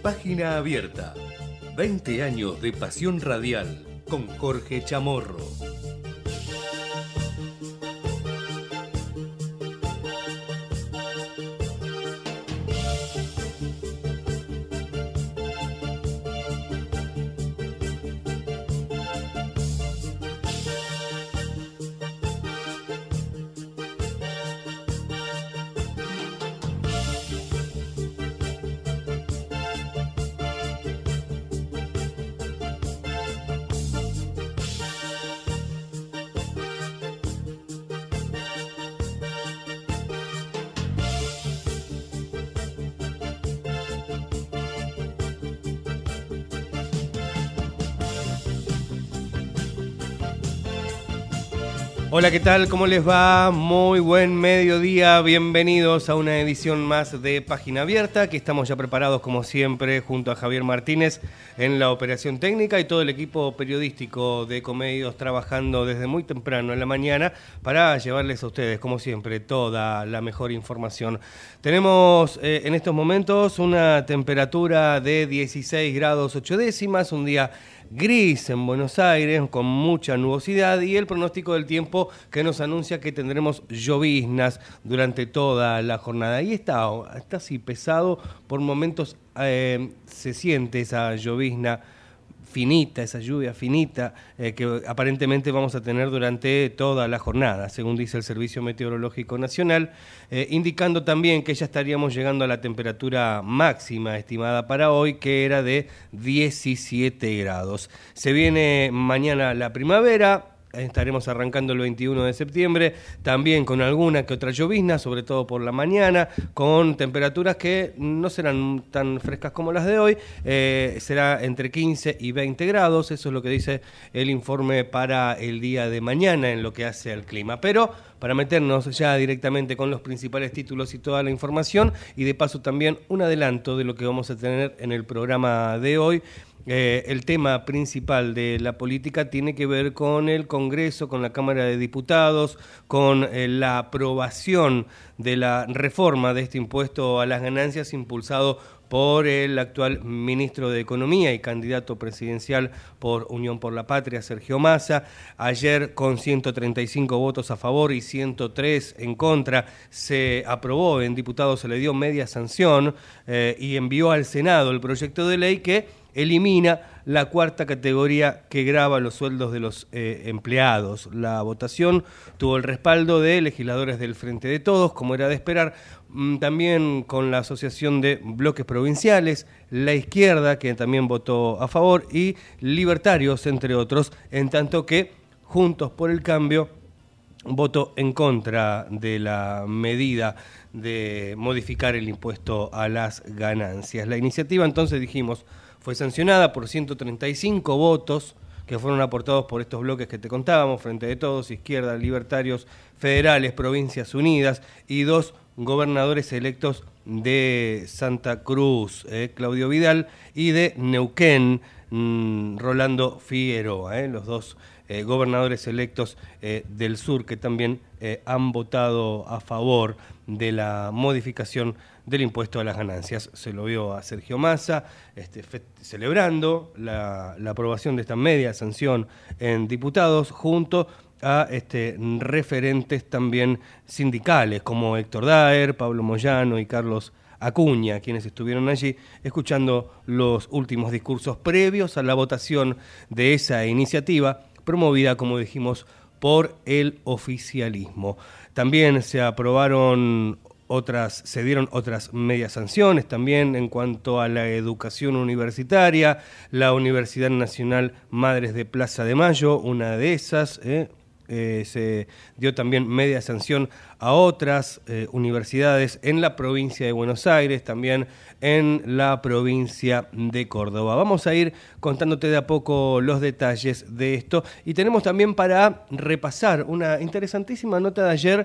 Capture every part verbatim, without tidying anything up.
Página Abierta. veinte años de pasión radial con Jorge Chamorro. Hola, ¿qué tal? ¿Cómo les va? Muy buen mediodía, bienvenidos a una edición más de Página Abierta, que estamos ya preparados como siempre junto a Javier Martínez en la operación técnica y todo el equipo periodístico de Ecomedios trabajando desde muy temprano en la mañana para llevarles a ustedes, como siempre, toda la mejor información. Tenemos eh, en estos momentos una temperatura de dieciséis grados ocho décimas, un día gris en Buenos Aires, con mucha nubosidad, y el pronóstico del tiempo que nos anuncia que tendremos lloviznas durante toda la jornada. Y está, está así pesado, por momentos eh, se siente esa llovizna finita, esa lluvia finita eh, que aparentemente vamos a tener durante toda la jornada, según dice el Servicio Meteorológico Nacional, eh, indicando también que ya estaríamos llegando a la temperatura máxima estimada para hoy, que era de diecisiete grados. Se viene mañana la primavera. Estaremos arrancando el veintiuno de septiembre, también con alguna que otra llovizna, sobre todo por la mañana, con temperaturas que no serán tan frescas como las de hoy, eh, será entre quince y veinte grados, eso es lo que dice el informe para el día de mañana en lo que hace al clima. Pero para meternos ya directamente con los principales títulos y toda la información, y de paso también un adelanto de lo que vamos a tener en el programa de hoy. Eh, el tema principal de la política tiene que ver con el Congreso, con la Cámara de Diputados, con eh, la aprobación de la reforma de este impuesto a las ganancias impulsado por el actual ministro de Economía y candidato presidencial por Unión por la Patria, Sergio Massa. Ayer, con ciento treinta y cinco votos a favor y ciento tres en contra, se aprobó, en diputados se le dio media sanción eh, y envió al Senado el proyecto de ley que elimina la cuarta categoría que grava los sueldos de los eh, empleados. La votación tuvo el respaldo de legisladores del Frente de Todos, como era de esperar, también con la Asociación de Bloques Provinciales, la izquierda, que también votó a favor, y libertarios, entre otros, en tanto que Juntos por el Cambio votó en contra de la medida de modificar el impuesto a las ganancias. La iniciativa, entonces, dijimos, fue sancionada por ciento treinta y cinco votos que fueron aportados por estos bloques que te contábamos, Frente de Todos, Izquierda, Libertarios, Federales, Provincias Unidas, y dos gobernadores electos de Santa Cruz, eh, Claudio Vidal, y de Neuquén, mmm, Rolando Figueroa, eh, los dos eh, gobernadores electos eh, del sur que también eh, han votado a favor de la modificación del impuesto a las ganancias. Se lo vio a Sergio Massa este, fe- celebrando la, la aprobación de esta media sanción en diputados, junto a este, referentes también sindicales como Héctor Daer, Pablo Moyano y Carlos Acuña, quienes estuvieron allí escuchando los últimos discursos previos a la votación de esa iniciativa, promovida, como dijimos, por el oficialismo. También se aprobaron otras, se dieron otras medias sanciones también en cuanto a la educación universitaria. La Universidad Nacional Madres de Plaza de Mayo, una de esas, eh, eh, se dio también media sanción a otras eh, universidades en la provincia de Buenos Aires, también en la provincia de Córdoba. Vamos a ir contándote de a poco los detalles de esto, y tenemos también para repasar una interesantísima nota de ayer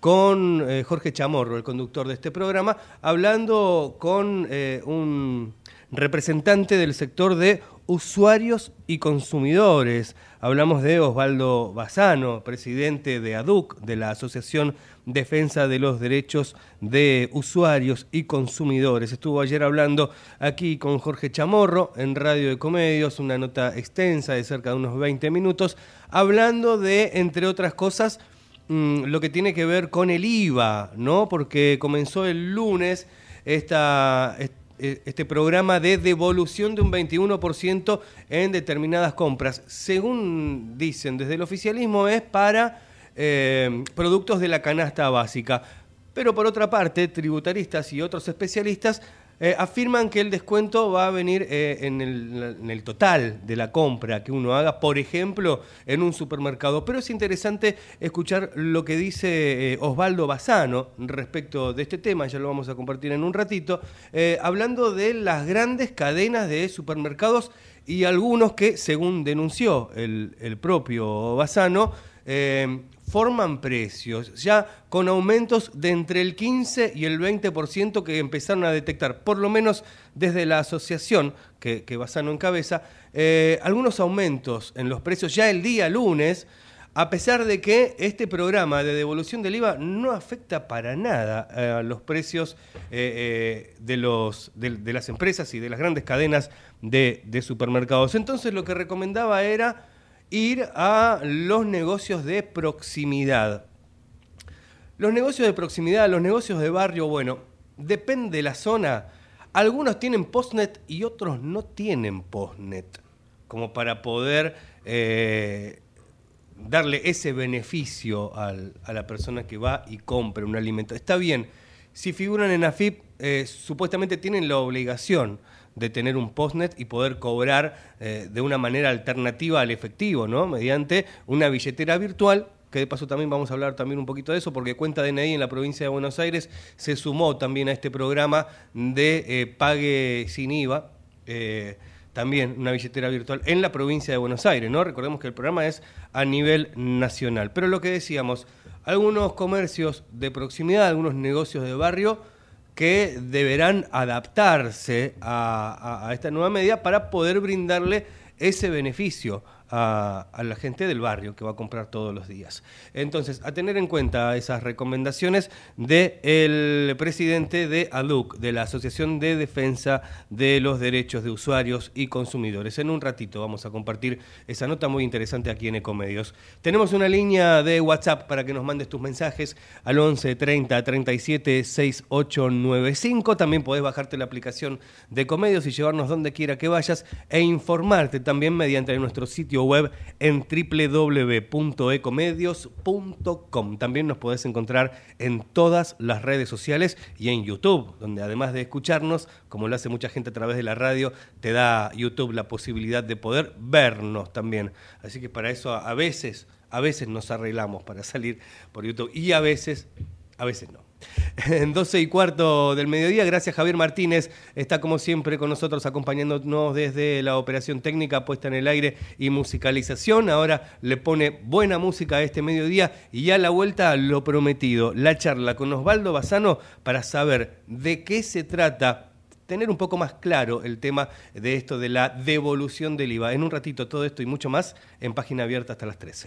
con eh, Jorge Chamorro, el conductor de este programa, hablando con eh, un representante del sector de usuarios y consumidores. Hablamos de Osvaldo Bassano, presidente de A D U C, de la Asociación Defensa de los Derechos de Usuarios y Consumidores. Estuvo ayer hablando aquí con Jorge Chamorro en Radio Ecomedios, una nota extensa de cerca de unos veinte minutos, hablando de, entre otras cosas, mmm, lo que tiene que ver con el I V A, ¿no? Porque comenzó el lunes esta... esta este programa de devolución de un veintiuno por ciento en determinadas compras. Según dicen desde el oficialismo, es para eh, productos de la canasta básica. Pero por otra parte, tributaristas y otros especialistas eh, afirman que el descuento va a venir eh, en, el, en el total de la compra que uno haga, por ejemplo, en un supermercado. Pero es interesante escuchar lo que dice eh, Osvaldo Bassano respecto de este tema, ya lo vamos a compartir en un ratito, eh, hablando de las grandes cadenas de supermercados y algunos que, según denunció el, el propio Bassano, eh, forman precios ya con aumentos de entre el quince y el veinte por ciento que empezaron a detectar, por lo menos desde la asociación que, que Bassano encabeza, eh, algunos aumentos en los precios ya el día lunes, a pesar de que este programa de devolución del I V A no afecta para nada eh, a los precios eh, eh, de, los, de, de las empresas y de las grandes cadenas de, de supermercados. Entonces lo que recomendaba era ir a los negocios de proximidad. Los negocios de proximidad, los negocios de barrio, bueno, depende de la zona. Algunos tienen postnet y otros no tienen postnet, como para poder eh, darle ese beneficio al, a la persona que va y compra un alimento. Está bien, si figuran en A F I P, eh, supuestamente tienen la obligación de tener un postnet y poder cobrar eh, de una manera alternativa al efectivo, ¿no? Mediante una billetera virtual, que de paso también vamos a hablar también un poquito de eso, porque Cuenta D N I en la provincia de Buenos Aires se sumó también a este programa de eh, pague sin I V A, eh, también una billetera virtual en la provincia de Buenos Aires, ¿no? Recordemos que el programa es a nivel nacional. Pero lo que decíamos, algunos comercios de proximidad, algunos negocios de barrio, que deberán adaptarse a, a, a esta nueva medida para poder brindarle ese beneficio a, a la gente del barrio que va a comprar todos los días. Entonces, a tener en cuenta esas recomendaciones del presidente de A D U C, de la Asociación de Defensa de los Derechos de Usuarios y Consumidores. En un ratito vamos a compartir esa nota muy interesante aquí en Ecomedios. Tenemos una línea de WhatsApp para que nos mandes tus mensajes al once treinta treinta y siete sesenta y ocho noventa y cinco. También podés bajarte la aplicación de Ecomedios y llevarnos donde quiera que vayas e informarte también mediante nuestro sitio web en doble u doble u doble u punto ecomedios punto com. También nos podés encontrar en todas las redes sociales y en YouTube, donde además de escucharnos, como lo hace mucha gente a través de la radio, te da YouTube la posibilidad de poder vernos también. Así que para eso a veces, a veces nos arreglamos para salir por YouTube y a veces, a veces no. En doce y cuarto del mediodía, gracias Javier Martínez, está como siempre con nosotros acompañándonos desde la operación técnica, puesta en el aire y musicalización. Ahora le pone buena música a este mediodía y ya a la vuelta lo prometido, la charla con Osvaldo Bassano para saber de qué se trata, tener un poco más claro el tema de esto de la devolución del I V A. En un ratito todo esto y mucho más en Página Abierta hasta las trece.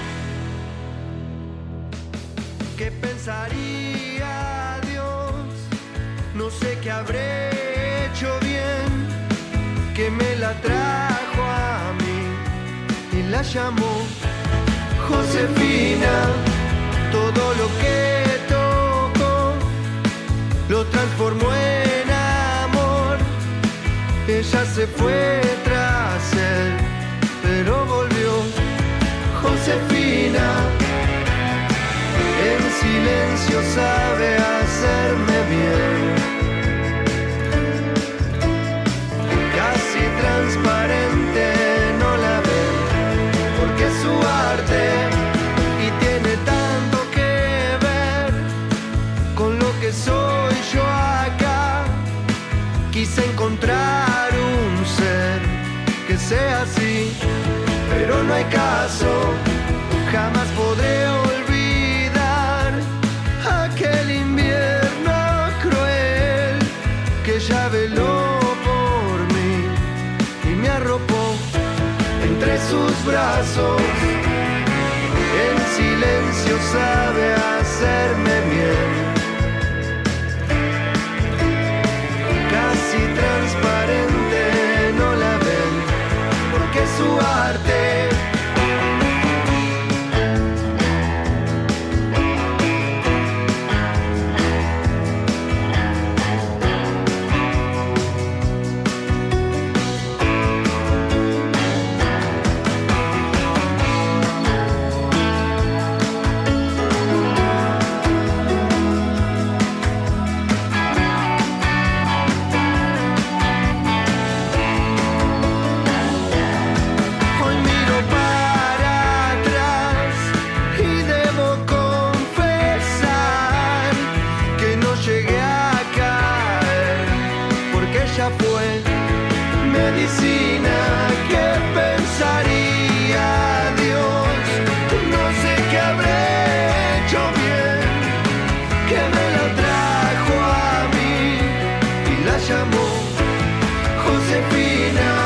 ¿Qué pensaría Dios? No sé qué habré hecho bien, que me la trajo a mí y la llamó Josefina. Todo lo que tocó lo transformó en amor. Ella se fue tras él, pero volvió Josefina. En silencio sabe hacerme bien, casi transparente no la ve, porque es su arte y tiene tanto que ver con lo que soy yo acá. Quise encontrar un ser que sea así, pero no hay caso, jamás podré olvidar aquel invierno cruel que ya veló por pasos, en silencio sabe hacerme bien. Casi transparente, no la ven, porque es su arte. Medicina, ¿qué pensaría Dios? No sé qué habré hecho bien, que me la trajo a mí y la llamó Josefina.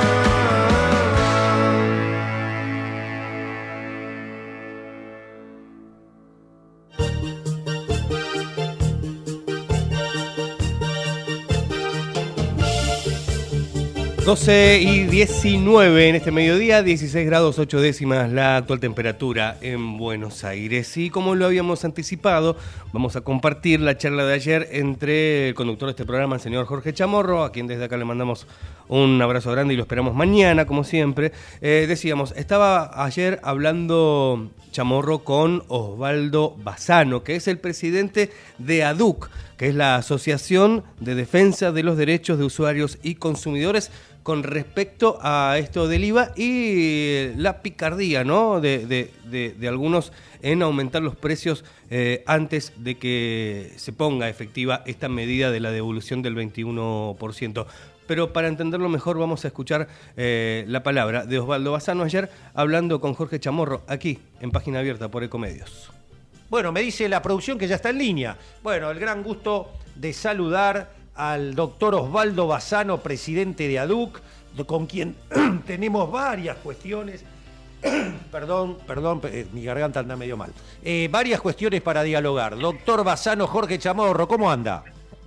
doce y diecinueve en este mediodía, dieciséis grados ocho décimas la actual temperatura en Buenos Aires. Y como lo habíamos anticipado, vamos a compartir la charla de ayer entre el conductor de este programa, el señor Jorge Chamorro, a quien desde acá le mandamos un abrazo grande y lo esperamos mañana, como siempre. Eh, decíamos, estaba ayer hablando Chamorro con Osvaldo Bassano, que es el presidente de ADUC, que es la Asociación de Defensa de los Derechos de Usuarios y Consumidores, con respecto a esto del I V A y la picardía, ¿no?, de, de, de, de algunos en aumentar los precios eh, antes de que se ponga efectiva esta medida de la devolución del veintiuno por ciento. Pero para entenderlo mejor vamos a escuchar eh, la palabra de Osvaldo Bassano ayer hablando con Jorge Chamorro aquí en Página Abierta por Ecomedios. Bueno, me dice la producción que ya está en línea. Bueno, el gran gusto de saludar al doctor Osvaldo Bassano, presidente de ADUC, con quien tenemos varias cuestiones, perdón, perdón, eh, mi garganta anda medio mal, eh, varias cuestiones para dialogar. Doctor Bassano, Jorge Chamorro, ¿cómo anda?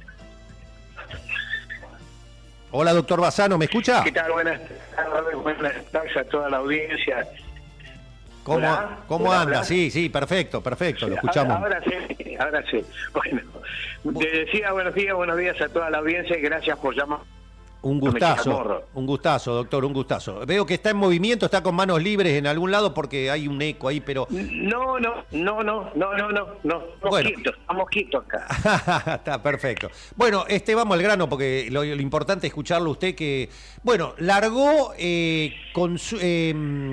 Hola, doctor Bassano, ¿me escucha? ¿Qué tal? Buenas tardes, buenas tardes a toda la audiencia. ¿Cómo, Hola, ¿cómo hola, anda? hola. Sí, sí, perfecto, perfecto, lo escuchamos. Ahora, ahora sí, ahora sí. Bueno, te decía buenos días, buenos días a toda la audiencia y gracias por llamar. Un gustazo, un gustazo, doctor, un gustazo. Veo que está en movimiento, está con manos libres en algún lado porque hay un eco ahí, pero... No, no, no, no, no, no, no, no, estamos bueno. quietos, estamos quietos acá. Está perfecto. Bueno, este vamos al grano porque lo, lo importante es escucharlo usted que... Bueno, largó eh, con su, eh,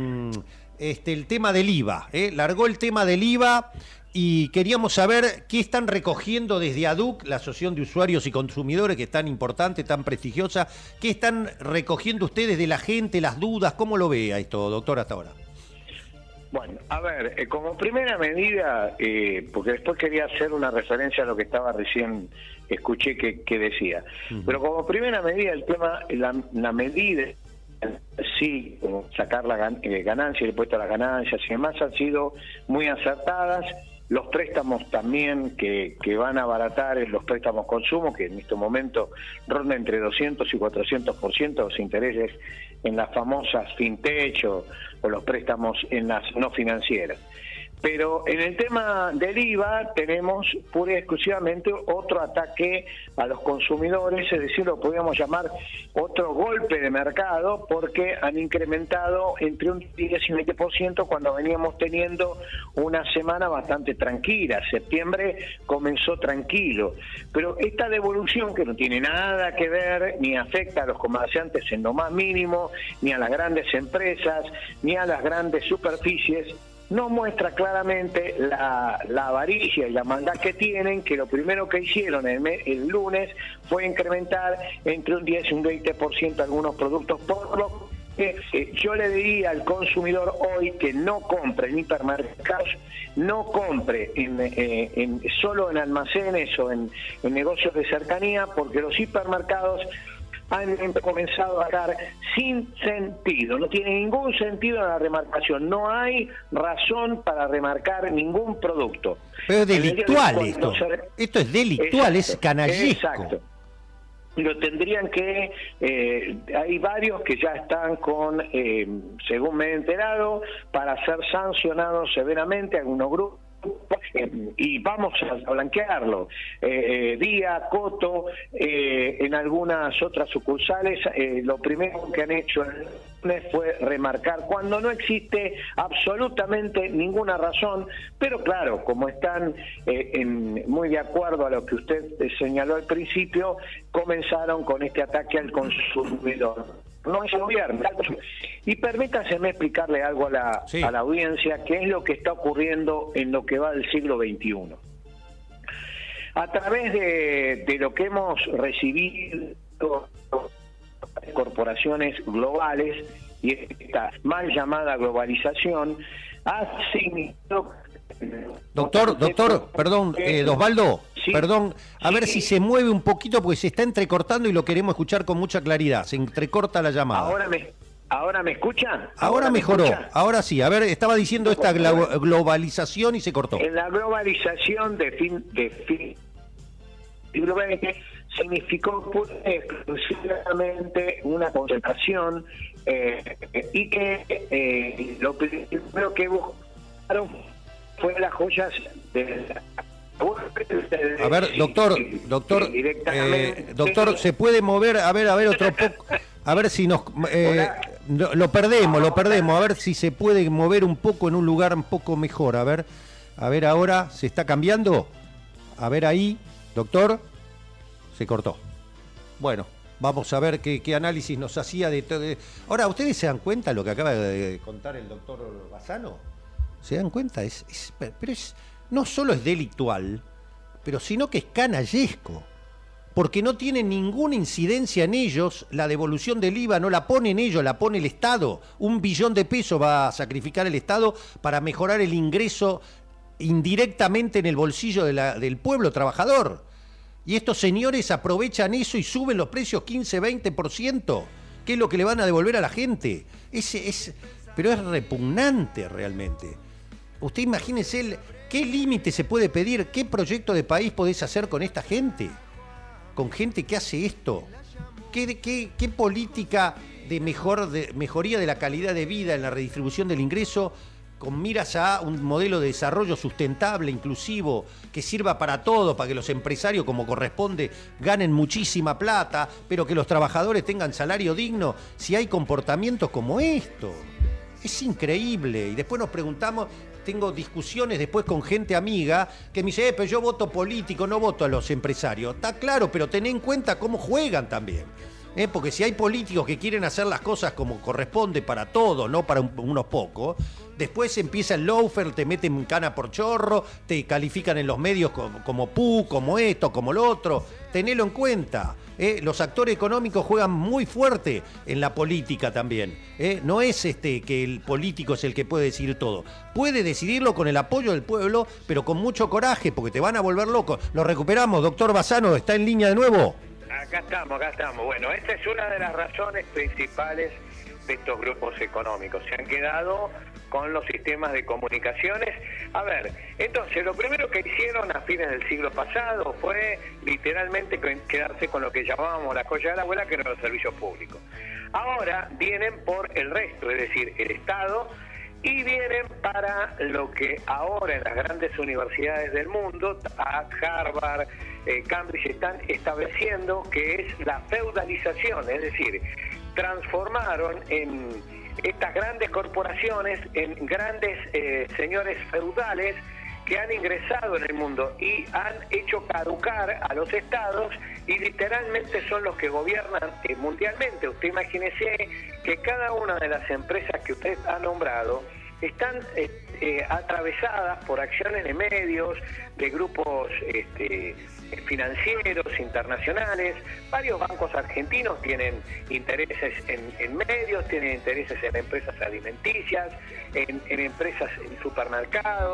este, el tema del I V A, ¿eh? largó el tema del I V A... Y queríamos saber qué están recogiendo desde ADUC, la Asociación de Usuarios y Consumidores, que es tan importante, tan prestigiosa. ¿Qué están recogiendo ustedes de la gente, las dudas? ¿Cómo lo ve a esto, doctor, hasta ahora? Bueno, a ver, eh, como primera medida, eh, porque después quería hacer una referencia a lo que estaba recién, escuché que, que decía. Uh-huh. Pero como primera medida, el tema, la, la medida... sí, sacar la gan- eh, ganancia, el impuesto a las ganancias y demás han sido muy acertadas. Los préstamos también que, que van a abaratar los préstamos consumo, que en este momento ronda entre doscientos y cuatrocientos por ciento los intereses en las famosas fintech o, o los préstamos en las no financieras. Pero en el tema del I V A tenemos pura y exclusivamente otro ataque a los consumidores, es decir, lo podríamos llamar otro golpe de mercado, porque han incrementado entre un diez y veinte por ciento cuando veníamos teniendo una semana bastante tranquila. Septiembre comenzó tranquilo, pero esta devolución, que no tiene nada que ver ni afecta a los comerciantes en lo más mínimo, ni a las grandes empresas, ni a las grandes superficies, no muestra claramente la, la avaricia y la maldad que tienen, que lo primero que hicieron el, mes, el lunes fue incrementar entre un diez y un veinte por ciento algunos productos, por lo que eh, yo le diría al consumidor hoy que no compre en hipermercados, no compre en, eh, en, solo en almacenes o en, en negocios de cercanía, porque los hipermercados han comenzado a dar sin sentido. No tiene ningún sentido la remarcación. No hay razón para remarcar ningún producto. Pero es delictual esto. Se... Esto es delictual, exacto, es canallesco. Exacto. Lo tendrían que, eh, hay varios que ya están con, eh, según me he enterado, para ser sancionados severamente, algunos grupos, eh, y vamos a blanquearlo. Eh, eh, Día, Coto, eh, en algunas otras sucursales, eh, lo primero que han hecho fue remarcar cuando no existe absolutamente ninguna razón, pero claro, como están eh, en, muy de acuerdo a lo que usted señaló al principio, comenzaron con este ataque al consumidor. No es el gobierno. Y permítaseme explicarle algo a la, sí. a la audiencia, que es lo que está ocurriendo en lo que va del siglo veintiuno. A través de, de lo que hemos recibido corporaciones globales y esta mal llamada globalización ha significado... Doctor, doctor, perdón, eh, Osvaldo, sí, perdón, a sí, ver si se mueve un poquito porque se está entrecortando y lo queremos escuchar con mucha claridad, se entrecorta la llamada. Ahora me, ahora me escucha. Ahora, ahora mejoró, escucha? Ahora sí, a ver, estaba diciendo esta glo globalización y se cortó. En la globalización de fin de fin siglo veinte significó exclusivamente una concentración eh, y que eh, lo primero que buscaron fue las joyas de la... A ver, doctor, doctor, eh, doctor, ¿se puede mover? A ver, a ver, otro poco, a ver si nos... Eh, lo perdemos, lo perdemos, a ver si se puede mover un poco en un lugar un poco mejor, a ver, a ver ahora, ¿se está cambiando? A ver ahí, doctor, se cortó. Bueno, vamos a ver qué, qué análisis nos hacía de todo. Ahora, ¿ustedes se dan cuenta de lo que acaba de contar el doctor Bassano? ¿Se dan cuenta? Es, es, pero es, no solo es delictual, pero sino que es canallesco, porque no tiene ninguna incidencia en ellos, la devolución del I V A no la ponen ellos, la pone el Estado. Un billón de pesos va a sacrificar el Estado para mejorar el ingreso indirectamente en el bolsillo de la, del pueblo trabajador. Y estos señores aprovechan eso y suben los precios quince, veinte por ciento, que es lo que le van a devolver a la gente. Ese es, pero es repugnante realmente. Usted imagínese el, qué límite se puede pedir, qué proyecto de país podés hacer con esta gente, con gente que hace esto, qué, qué, qué política de, mejor, de mejoría de la calidad de vida en la redistribución del ingreso, con miras a un modelo de desarrollo sustentable, inclusivo, que sirva para todo, para que los empresarios, como corresponde, ganen muchísima plata, pero que los trabajadores tengan salario digno, si hay comportamientos como esto. Es increíble. Y después nos preguntamos, tengo discusiones después con gente amiga que me dice, eh, pero yo voto político, no voto a los empresarios. Está claro, pero ten en cuenta cómo juegan también. ¿Eh? Porque si hay políticos que quieren hacer las cosas como corresponde para todos, no para un, unos pocos, después empieza el lawfare, te meten cana por chorro, te califican en los medios como, como pu, como esto, como lo otro. Tenelo en cuenta. ¿Eh? Los actores económicos juegan muy fuerte en la política también. ¿Eh? No es este que el político es el que puede decidir todo. Puede decidirlo con el apoyo del pueblo, pero con mucho coraje, porque te van a volver loco. Lo recuperamos, doctor Bassano, ¿está en línea de nuevo? Acá estamos, acá estamos. Bueno, esta es una de las razones principales de estos grupos económicos. Se han quedado con los sistemas de comunicaciones. A ver, entonces, lo primero que hicieron a fines del siglo pasado fue literalmente quedarse con lo que llamábamos la joya de la abuela, que eran los servicios públicos. Ahora vienen por el resto, es decir, el Estado, y vienen para lo que ahora en las grandes universidades del mundo, Harvard, eh, Cambridge, están estableciendo, que es la feudalización, es decir, transformaron en estas grandes corporaciones en grandes eh, señores feudales que han ingresado en el mundo y han hecho caducar a los estados y literalmente son los que gobiernan eh, mundialmente. Usted imagínese que cada una de las empresas que usted ha nombrado están eh, eh, atravesadas por acciones de medios, de grupos este, financieros internacionales. Varios bancos argentinos tienen intereses en, en medios, tienen intereses en empresas alimenticias, en, en empresas en supermercados,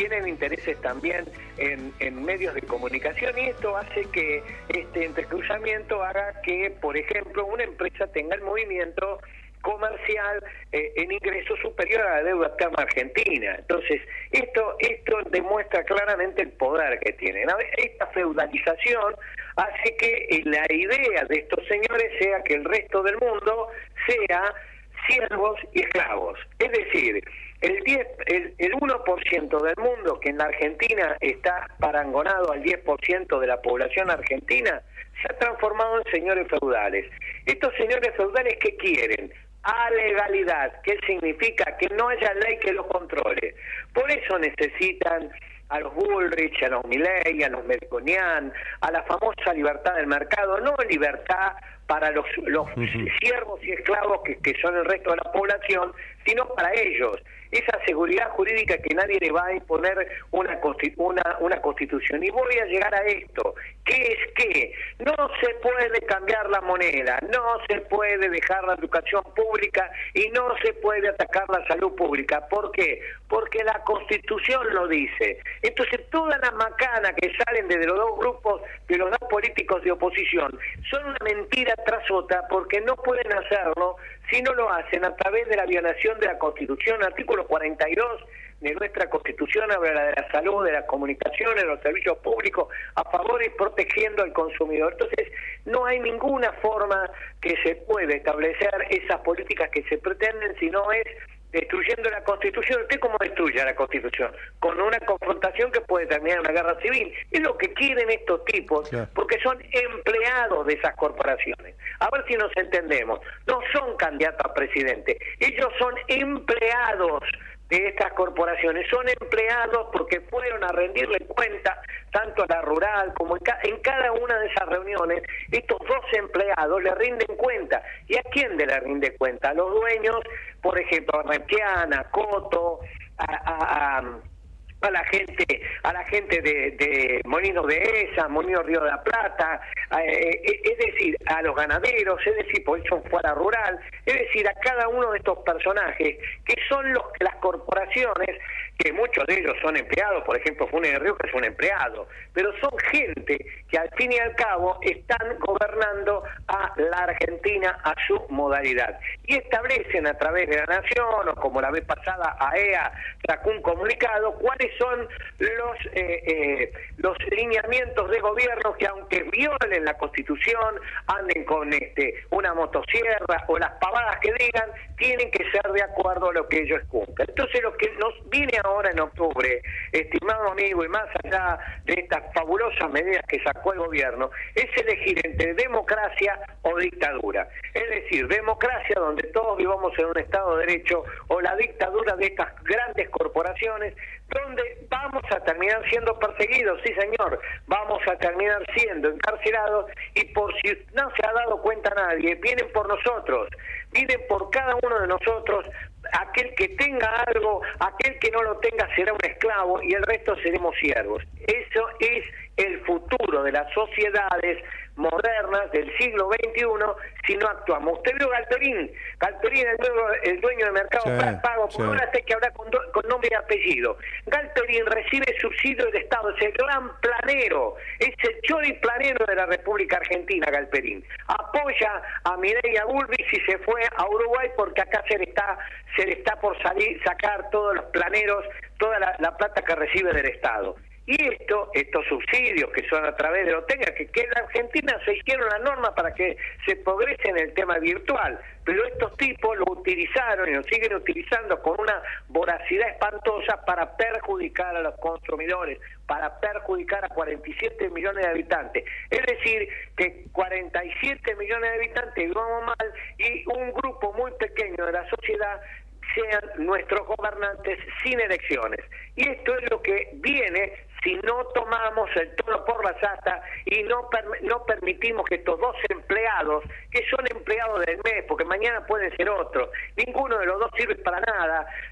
tienen intereses también en, en medios de comunicación, y esto hace que este entrecruzamiento haga que, por ejemplo, una empresa tenga el movimiento comercial eh, en ingresos superior a la deuda externa argentina. Entonces, esto esto demuestra claramente el poder que tienen. Esta feudalización hace que eh, la idea de estos señores sea que el resto del mundo sea siervos y esclavos. Es decir, el diez, el, el uno por ciento del mundo, que en la Argentina está parangonado al diez por ciento de la población argentina, se ha transformado en señores feudales. Estos señores feudales, ¿qué quieren? A legalidad. ¿Qué significa? Que no haya ley que los controle. Por eso necesitan a los Bullrich, a los Milei, a los Melconian, a la famosa libertad del mercado, no libertad para los, los uh-huh. siervos y esclavos que, que son el resto de la población, sino para ellos. Esa seguridad jurídica que nadie le va a imponer una, una, una constitución. Y voy a llegar a esto, que es que no se puede cambiar la moneda, no se puede dejar la educación pública y no se puede atacar la salud pública. ¿Por qué? Porque la Constitución lo dice. Entonces todas las macanas que salen desde los dos grupos, de los dos políticos de oposición, son una mentira tras otra, porque no pueden hacerlo si no lo hacen a través de la violación de la Constitución. Artículo cuarenta y dos de nuestra Constitución habla de la salud, de las comunicaciones, de los servicios públicos, a favor y protegiendo al consumidor. Entonces, no hay ninguna forma que se pueda establecer esas políticas que se pretenden, si no es destruyendo la Constitución. ¿Usted cómo destruye la Constitución? Con una confrontación que puede terminar en una guerra civil. Es lo que quieren estos tipos, claro, porque son empleados de esas corporaciones. A ver si nos entendemos. No son candidatos a presidente. Ellos son empleados de estas corporaciones. Son empleados porque fueron a rendirle cuenta tanto a la rural como en, ca en cada una de esas reuniones. Estos dos empleados le rinden cuenta. ¿Y a quién le rinde cuenta? A los dueños, por ejemplo, a Rempiana, Coto, a, a, a a la gente a la gente de, de Molinos de Esa, Molinos Río de la Plata, eh, es decir, a los ganaderos, es decir, por eso fue a la rural, es decir, a cada uno de estos personajes que son los las corporaciones, que muchos de ellos son empleados, por ejemplo, Funes de Río, que es un empleado, pero son gente que al fin y al cabo están gobernando a la Argentina a su modalidad. Y establecen a través de la Nación, o como la vez pasada A E A sacó un comunicado, cuáles son los eh, eh, los lineamientos de gobierno que, aunque violen la Constitución, anden con este una motosierra o las pavadas que digan, tienen que ser de acuerdo a lo que ellos cumplen. Entonces, lo que nos viene ahora en octubre, estimado amigo, y más allá de estas fabulosas medidas que sacó el gobierno, es elegir entre democracia o dictadura. Es decir, democracia donde todos vivamos en un Estado de Derecho, o la dictadura de estas grandes corporaciones, donde vamos a terminar siendo perseguidos, sí señor, vamos a terminar siendo encarcelados, y por si no se ha dado cuenta nadie, vienen por nosotros, vienen por cada uno de nosotros. Aquel que tenga algo, aquel que no lo tenga será un esclavo y el resto seremos siervos. Eso es el futuro de las sociedades modernas del siglo veintiuno si no actuamos. Usted vio Galperín, Galperín el, nuevo, el dueño del mercado sí, pago, por sí. Ahora hay que hablar con, do, con nombre y apellido. Galperín recibe subsidio del Estado, es el gran planero, es el chori planero de la República Argentina, Galperín. Apoya a Milei y a Bullrich y se fue a Uruguay porque acá se le está, se le está por salir, sacar todos los planeros, toda la, la plata que recibe del Estado. Y esto, estos subsidios que son a través de Lotenga, que, que en la Argentina se hicieron la norma para que se progrese en el tema virtual, pero estos tipos lo utilizaron y lo siguen utilizando con una voracidad espantosa para perjudicar a los consumidores, para perjudicar a cuarenta y siete millones de habitantes. Es decir, que cuarenta y siete millones de habitantes vivamos mal y un grupo muy pequeño de la sociedad sean nuestros gobernantes sin elecciones. Y esto es lo que viene si no tomamos el toro por la asta y no, per no permitimos que estos dos empleados, que son empleados del mes, porque mañana pueden ser otros, ninguno de los dos sirve para nada,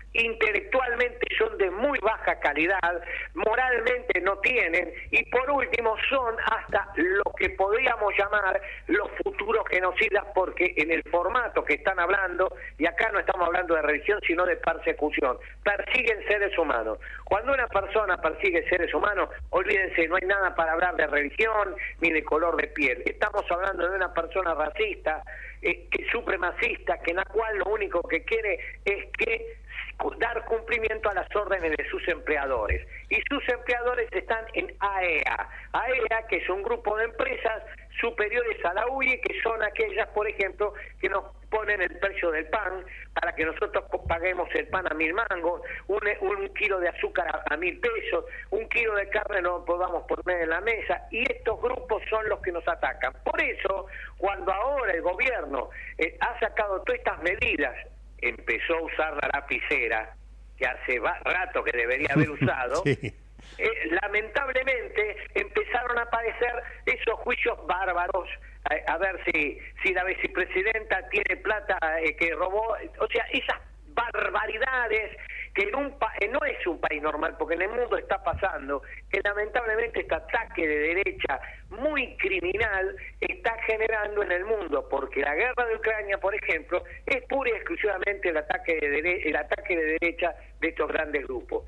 intelectualmente son de muy baja calidad, moralmente no tienen, y por último son hasta lo que podríamos llamar los futuros genocidas, porque en el formato que están hablando, y acá no estamos hablando de religión sino de persecución, persiguen seres humanos. Cuando una persona persigue seres humanos, olvídense, no hay nada para hablar de religión ni de color de piel. Estamos hablando de una persona racista, eh, que supremacista, que en la cual lo único que quiere es que dar cumplimiento a las órdenes de sus empleadores. Y sus empleadores están en A E A. A E A, que es un grupo de empresas superiores a la U I, que son aquellas, por ejemplo, que nos ponen el precio del pan para que nosotros paguemos el pan a mil mangos, un, un kilo de azúcar a, a mil pesos, un kilo de carne no podamos poner en la mesa, y estos grupos son los que nos atacan. Por eso, cuando ahora el gobierno eh, ha sacado todas estas medidas, empezó a usar la lapicera, que hace rato que debería haber usado, sí. eh, lamentablemente empezaron a aparecer esos juicios bárbaros, a, a ver si, si la vicepresidenta tiene plata eh, que robó, o sea, esas barbaridades que en un pa no es un país normal, porque en el mundo está pasando, que lamentablemente este ataque de derecha muy criminal está generando en el mundo, porque la guerra de Ucrania, por ejemplo, es pura y exclusivamente el ataque de, dere el ataque de derecha de estos grandes grupos.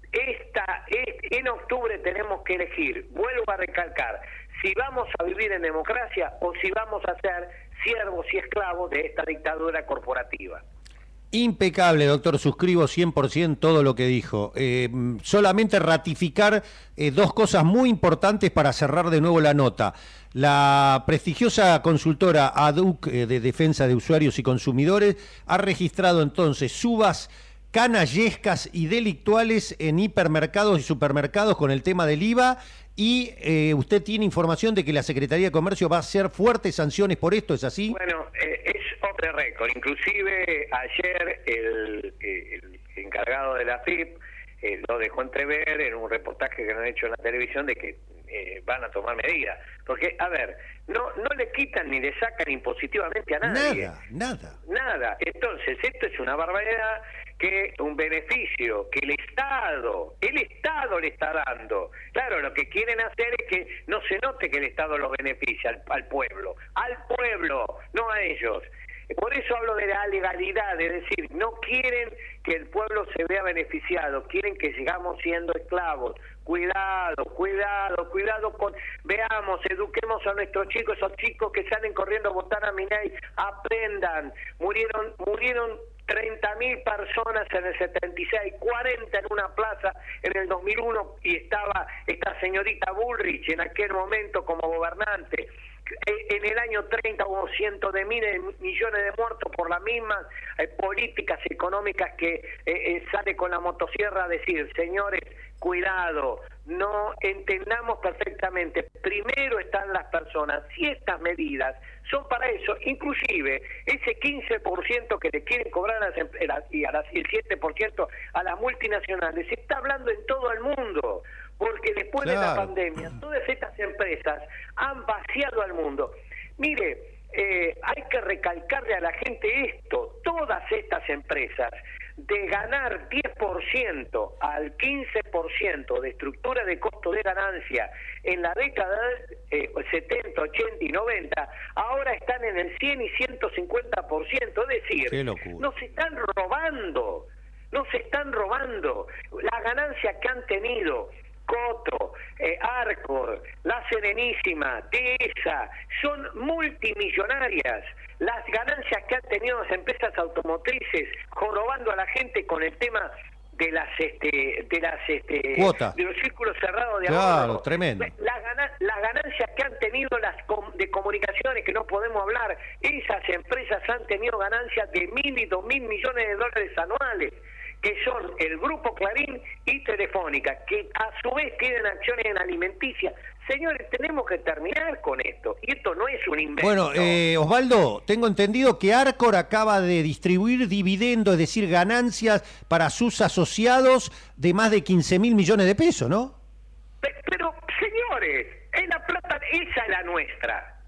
Esta, en octubre tenemos que elegir, vuelvo a recalcar, si vamos a vivir en democracia o si vamos a ser siervos y esclavos de esta dictadura corporativa. Impecable, doctor, suscribo cien por ciento todo lo que dijo. Eh, solamente ratificar eh, dos cosas muy importantes para cerrar de nuevo la nota. La prestigiosa consultora A D U C eh, de Defensa de Usuarios y Consumidores ha registrado entonces subas canallescas y delictuales en hipermercados y supermercados con el tema del I V A, y eh, usted tiene información de que la Secretaría de Comercio va a hacer fuertes sanciones por esto, ¿es así? Bueno, eh, es off the record. Inclusive ayer el, el encargado de la F I P eh, lo dejó entrever en un reportaje que nos han hecho en la televisión de que eh, van a tomar medidas. Porque, a ver, no no le quitan ni le sacan impositivamente a nadie. Nada, nada. Nada. Entonces, esto es una barbaridad, que un beneficio que el Estado, el Estado le está dando. Claro, lo que quieren hacer es que no se note que el Estado los beneficia al, al pueblo, al pueblo, no a ellos. Por eso hablo de la legalidad, es decir, no quieren que el pueblo se vea beneficiado, quieren que sigamos siendo esclavos. Cuidado, cuidado, cuidado con, veamos, eduquemos a nuestros chicos, esos chicos que salen corriendo a votar a Milei, aprendan, murieron, murieron treinta mil personas en el setenta y seis, cuarenta en una plaza en el dos mil uno, y estaba esta señorita Bullrich en aquel momento como gobernante. En el año treinta hubo cientos de miles de millones de muertos por las mismas eh, políticas económicas que eh, eh, sale con la motosierra a decir, señores, cuidado, no entendamos perfectamente, primero están las personas, si estas medidas son para eso, inclusive ese quince por ciento que le quieren cobrar a las, y a las, el siete por ciento a las multinacionales, se está hablando en todo el mundo, porque después claro. de la pandemia, todas estas empresas han vaciado al mundo. Mire, eh, hay que recalcarle a la gente esto, todas estas empresas, de ganar diez por ciento al quince por ciento de estructura de costo de ganancia en la década eh, setenta, ochenta y noventa, ahora están en el cien y ciento cincuenta por ciento, es decir, nos están robando, nos están robando la ganancia que han tenido Coto, eh, Arcor, La Serenísima, Dehesa, son multimillonarias. Las ganancias que han tenido las empresas automotrices jorobando a la gente con el tema de las este de las este Cuota. de los círculos cerrados de claro, ahorro. Tremendo. Las gana, las ganancias que han tenido las com, de comunicaciones, que no podemos hablar, esas empresas han tenido ganancias de mil y dos mil millones de dólares anuales, que son el Grupo Clarín y Telefónica, que a su vez tienen acciones en alimenticia. Señores, tenemos que terminar con esto, y esto no es un invento. Bueno, eh, Osvaldo, tengo entendido que Arcor acaba de distribuir dividendos, es decir, ganancias para sus asociados de más de quince mil millones de pesos, ¿no? Pero, pero señores, es la plata, esa es la nuestra.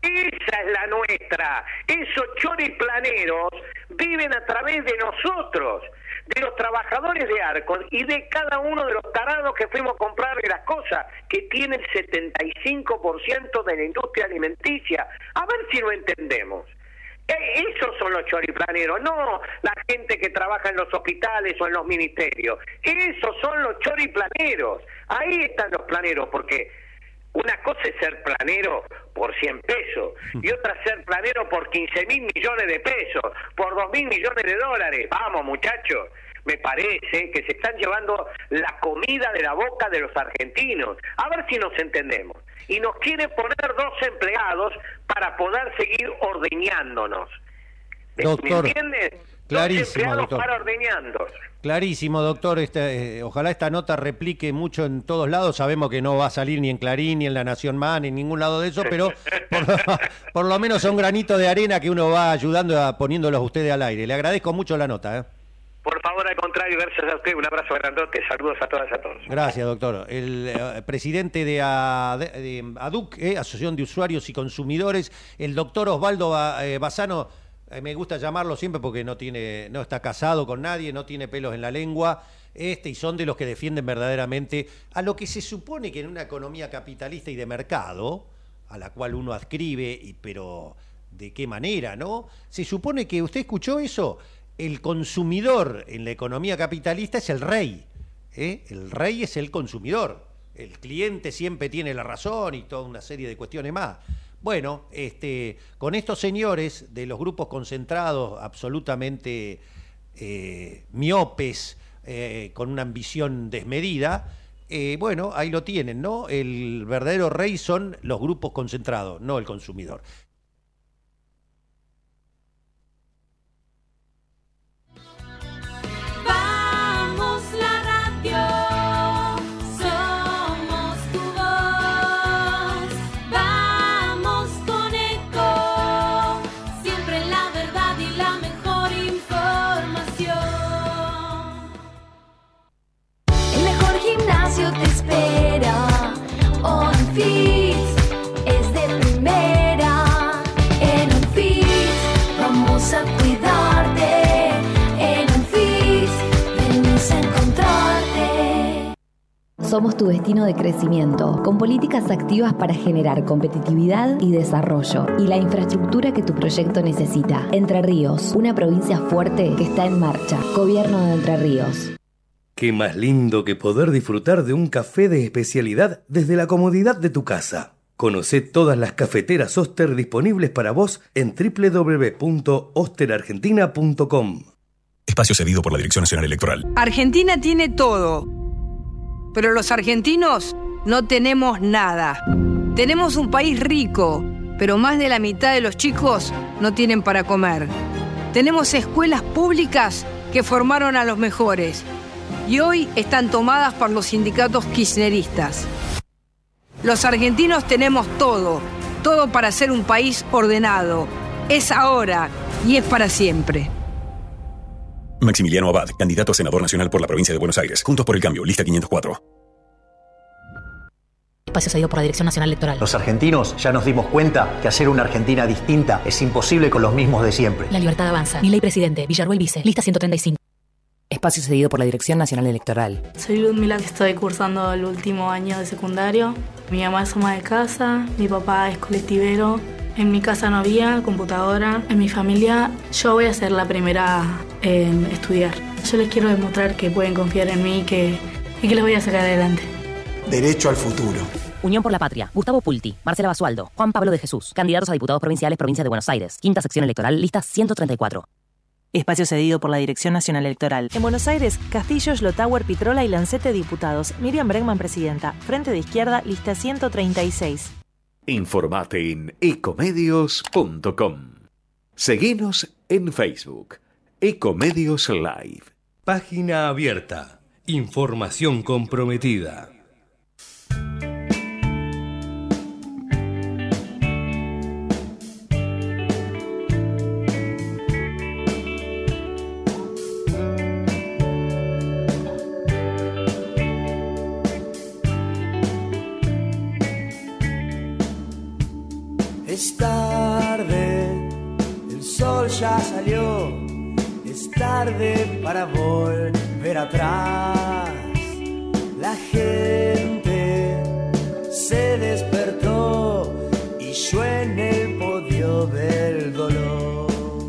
Esa es la nuestra. Esos choriplaneros viven a través de nosotros, de los trabajadores de Arcos y de cada uno de los tarados que fuimos a comprarle las cosas, que tiene el setenta y cinco por ciento de la industria alimenticia. A ver si lo entendemos. Eh, esos son los choriplaneros, no la gente que trabaja en los hospitales o en los ministerios. Esos son los choriplaneros. Ahí están los planeros, porque una cosa es ser planero por cien pesos y otra ser planero por quince mil millones de pesos, por dos mil millones de dólares. Vamos, muchachos, me parece que se están llevando la comida de la boca de los argentinos. A ver si nos entendemos. Y nos quieren poner dos empleados para poder seguir ordeñándonos. Doctor, ¿me entiendes? clarísimo, Dos empleados doctor. para ordeñarnos. Clarísimo, doctor. Este, eh, ojalá esta nota replique mucho en todos lados. Sabemos que no va a salir ni en Clarín, ni en La Nación Más, ni en ningún lado de eso, pero por, por lo menos son granitos de arena que uno va ayudando a poniéndolos a ustedes al aire. Le agradezco mucho la nota, ¿eh? Por favor, al contrario, gracias a usted. Un abrazo grandote. Saludos a todas y a todos. Gracias, doctor. El eh, presidente de, A, de, de ADUC, eh, Asociación de Usuarios y Consumidores, el doctor Osvaldo Ba- eh, Bassano, eh, me gusta llamarlo siempre porque no tiene, no está casado con nadie, no tiene pelos en la lengua, este, y son de los que defienden verdaderamente a lo que se supone que en una economía capitalista y de mercado, a la cual uno adscribe, y, pero ¿de qué manera, no? Se supone que, ¿usted escuchó eso? El consumidor en la economía capitalista es el rey, ¿eh? El rey es el consumidor, el cliente siempre tiene la razón y toda una serie de cuestiones más. Bueno, este, con estos señores de los grupos concentrados absolutamente eh, miopes, eh, con una ambición desmedida, eh, bueno, ahí lo tienen, ¿no? El verdadero rey son los grupos concentrados, no el consumidor. Vamos la radio, somos tu voz. Vamos con Eco, siempre la verdad y la mejor información. El mejor gimnasio te espera. OnFit es de primera. En OnFit vamos a cuidarte. Somos tu destino de crecimiento, con políticas activas para generar competitividad y desarrollo, y la infraestructura que tu proyecto necesita. Entre Ríos, una provincia fuerte que está en marcha. Gobierno de Entre Ríos. Qué más lindo que poder disfrutar de un café de especialidad desde la comodidad de tu casa. Conocé todas las cafeteras Oster disponibles para vos en doble u doble u doble u punto oster argentina punto com. Espacio cedido por la Dirección Nacional Electoral. Argentina tiene todo, pero los argentinos no tenemos nada. Tenemos un país rico, pero más de la mitad de los chicos no tienen para comer. Tenemos escuelas públicas que formaron a los mejores y hoy están tomadas por los sindicatos kirchneristas. Los argentinos tenemos todo, todo para ser un país ordenado. Es ahora y es para siempre. Maximiliano Abad, candidato a senador nacional por la provincia de Buenos Aires. Juntos por el Cambio, lista quinientos cuatro. Espacio cedido por la Dirección Nacional Electoral. Los argentinos ya nos dimos cuenta que hacer una Argentina distinta es imposible con los mismos de siempre. La libertad avanza. Milei presidente, Villarruel vice, lista ciento treinta y cinco. Espacio cedido por la Dirección Nacional Electoral. Soy Ludmila, que estoy cursando el último año de secundario. Mi mamá es ama de casa, mi papá es colectivero. En mi casa no había computadora. En mi familia yo voy a ser la primera en estudiar. Yo les quiero demostrar que pueden confiar en mí y que, y que les voy a sacar adelante. Derecho al futuro. Unión por la Patria. Gustavo Pulti, Marcela Basualdo, Juan Pablo de Jesús. Candidatos a diputados provinciales, provincia de Buenos Aires. Quinta sección electoral, lista ciento treinta y cuatro. Espacio cedido por la Dirección Nacional Electoral. En Buenos Aires, Castillo, Schlotauer, Pitrola y Lancete diputados. Miriam Bregman presidenta. Frente de Izquierda, lista ciento treinta y seis. Informate en ecomedios punto com. Seguinos en Facebook. Ecomedios Live. Página abierta. Información comprometida. Es tarde, el sol ya salió, es tarde para volver atrás. La gente se despertó y yo en el podio del dolor.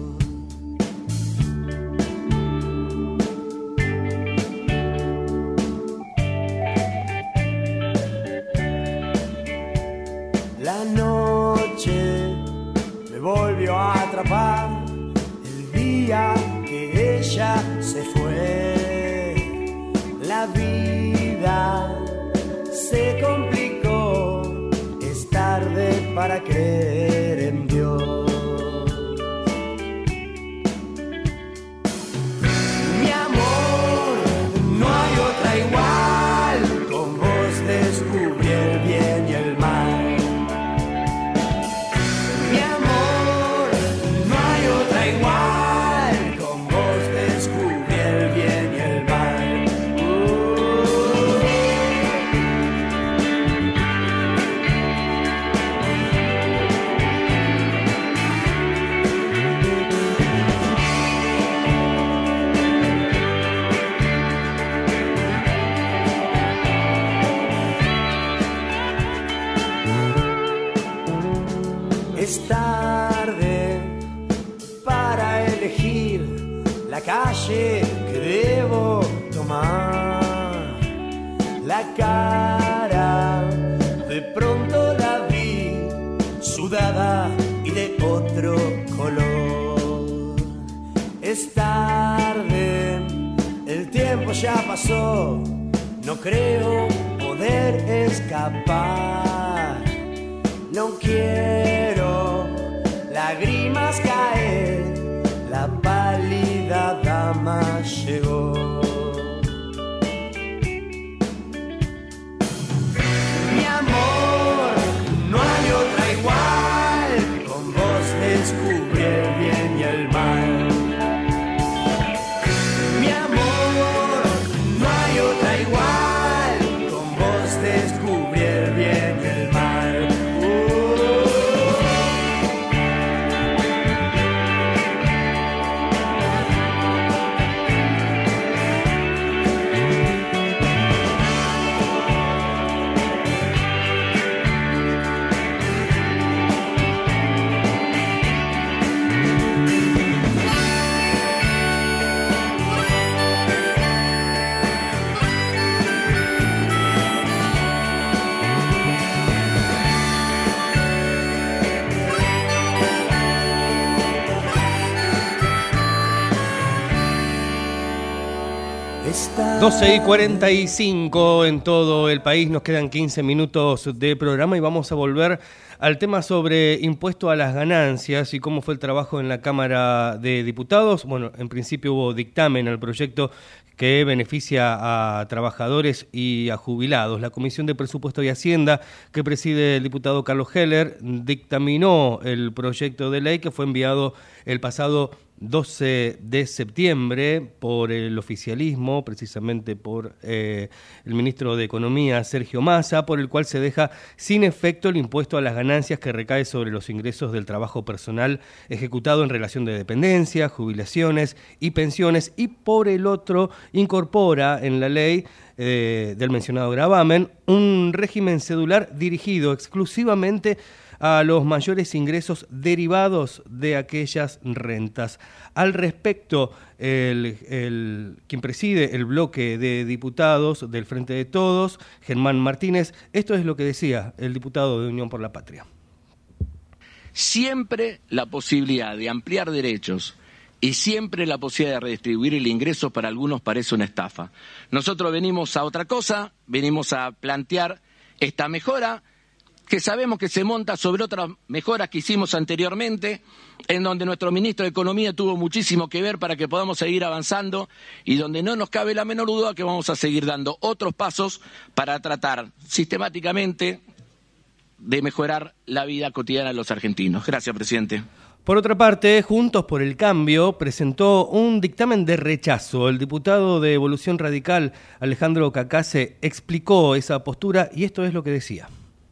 La noche me volvió a atrapar el día que ella se fue. La vida se complicó, es tarde para creer en Dios. Mi amor, no hay otra igual, con vos descubrí el bien y el mal. Mi amor, no hay otra igual, con vos descubrí el bien y el mal. Es tarde para elegir la calle que debo tomar. La cara de pronto la vi sudada y de otro color. Es tarde, el tiempo ya pasó, no creo poder escapar. No quiero lágrimas caer, la pálida dama llegó. Mi amor, no hay otra igual, con vos descubrí el bien y el mal. Mi amor, no hay otra igual, con vos descubrí el bien y el mal. doce y cuarenta y cinco en todo el país, nos quedan quince minutos de programa y vamos a volver al tema sobre impuesto a las ganancias y cómo fue el trabajo en la Cámara de Diputados. Bueno, en principio hubo dictamen al proyecto que beneficia a trabajadores y a jubilados. La Comisión de Presupuesto y Hacienda, que preside el diputado Carlos Heller, dictaminó el proyecto de ley que fue enviado el pasado doce de septiembre por el oficialismo, precisamente por eh, el ministro de Economía, Sergio Massa, por el cual se deja sin efecto el impuesto a las ganancias que recae sobre los ingresos del trabajo personal ejecutado en relación de dependencia, jubilaciones y pensiones, y por el otro incorpora en la ley eh, del mencionado gravamen un régimen cedular dirigido exclusivamente a los mayores ingresos derivados de aquellas rentas. Al respecto, el, el, quien preside el bloque de diputados del Frente de Todos, Germán Martínez, esto es lo que decía el diputado de Unión por la Patria. Siempre la posibilidad de ampliar derechos y siempre la posibilidad de redistribuir el ingreso para algunos parece una estafa. Nosotros venimos a otra cosa, venimos a plantear esta mejora que sabemos que se monta sobre otras mejoras que hicimos anteriormente, en donde nuestro ministro de Economía tuvo muchísimo que ver para que podamos seguir avanzando y donde no nos cabe la menor duda que vamos a seguir dando otros pasos para tratar sistemáticamente de mejorar la vida cotidiana de los argentinos. Gracias, presidente. Por otra parte, Juntos por el Cambio presentó un dictamen de rechazo. El diputado de Evolución Radical, Alejandro Cacase, explicó esa postura y esto es lo que decía.